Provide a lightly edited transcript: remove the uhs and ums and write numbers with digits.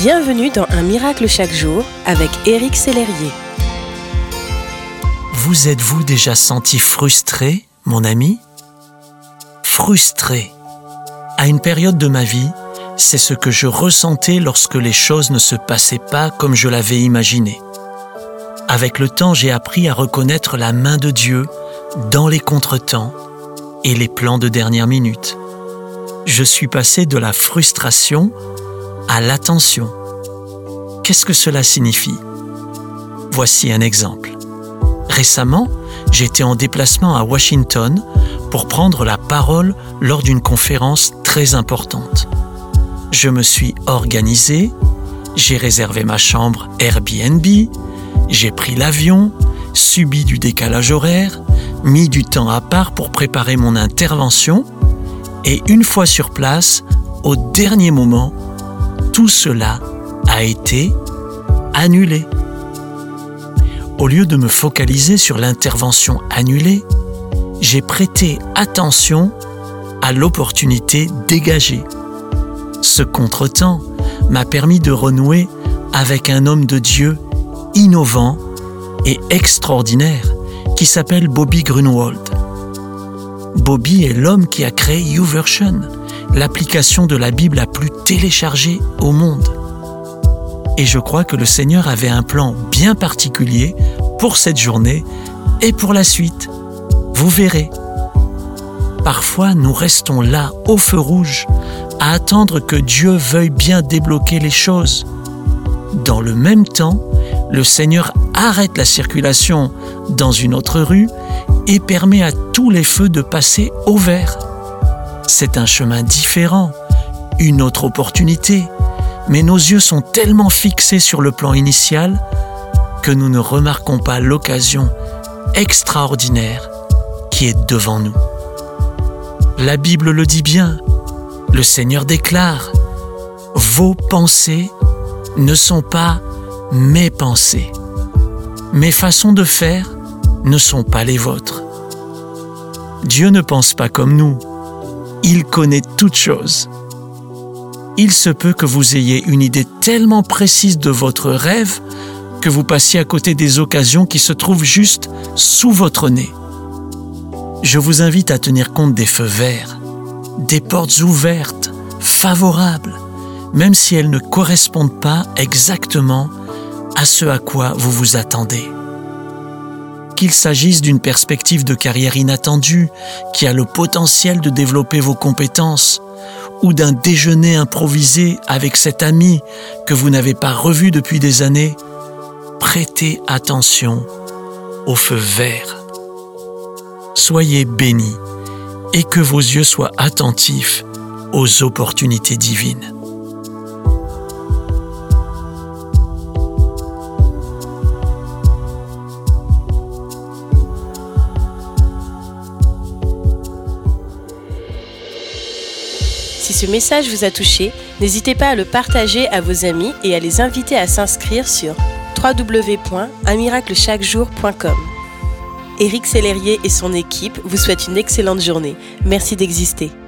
Bienvenue dans Un miracle chaque jour avec Éric Sellerier. Vous êtes-vous déjà senti frustré, mon ami ? Frustré. À une période de ma vie, c'est ce que je ressentais lorsque les choses ne se passaient pas comme je l'avais imaginé. Avec le temps, j'ai appris à reconnaître la main de Dieu dans les contretemps et les plans de dernière minute. Je suis passé de la frustration à l'attention. Qu'est-ce que cela signifie ? Voici un exemple. Récemment, j'étais en déplacement à Washington pour prendre la parole lors d'une conférence très importante. Je me suis organisé, j'ai réservé ma chambre Airbnb, j'ai pris l'avion, subi du décalage horaire, mis du temps à part pour préparer mon intervention et une fois sur place, au dernier moment, tout cela a été annulé. Au lieu de me focaliser sur l'intervention annulée, j'ai prêté attention à l'opportunité dégagée. Ce contretemps m'a permis de renouer avec un homme de Dieu innovant et extraordinaire qui s'appelle Bobby Grunwald. Bobby est l'homme qui a créé YouVersion, l'application de la Bible la plus téléchargée au monde. Et je crois que le Seigneur avait un plan bien particulier pour cette journée et pour la suite. Vous verrez. Parfois, nous restons là, au feu rouge, à attendre que Dieu veuille bien débloquer les choses. Dans le même temps, le Seigneur arrête la circulation dans une autre rue et permet à tous les feux de passer au vert. C'est un chemin différent, une autre opportunité, mais nos yeux sont tellement fixés sur le plan initial que nous ne remarquons pas l'occasion extraordinaire qui est devant nous. La Bible le dit bien, le Seigneur déclare « Vos pensées ne sont pas mes pensées. Mes façons de faire ne sont pas les vôtres. » Dieu ne pense pas comme nous. Il connaît toutes choses. Il se peut que vous ayez une idée tellement précise de votre rêve que vous passiez à côté des occasions qui se trouvent juste sous votre nez. Je vous invite à tenir compte des feux verts, des portes ouvertes, favorables, même si elles ne correspondent pas exactement à ce à quoi vous vous attendez. Qu'il s'agisse d'une perspective de carrière inattendue qui a le potentiel de développer vos compétences, ou d'un déjeuner improvisé avec cet ami que vous n'avez pas revu depuis des années, prêtez attention au feu vert. Soyez bénis et que vos yeux soient attentifs aux opportunités divines. Si ce message vous a touché, n'hésitez pas à le partager à vos amis et à les inviter à s'inscrire sur www.unmiraclechaquejour.com. Éric Sellerier et son équipe vous souhaitent une excellente journée. Merci d'exister.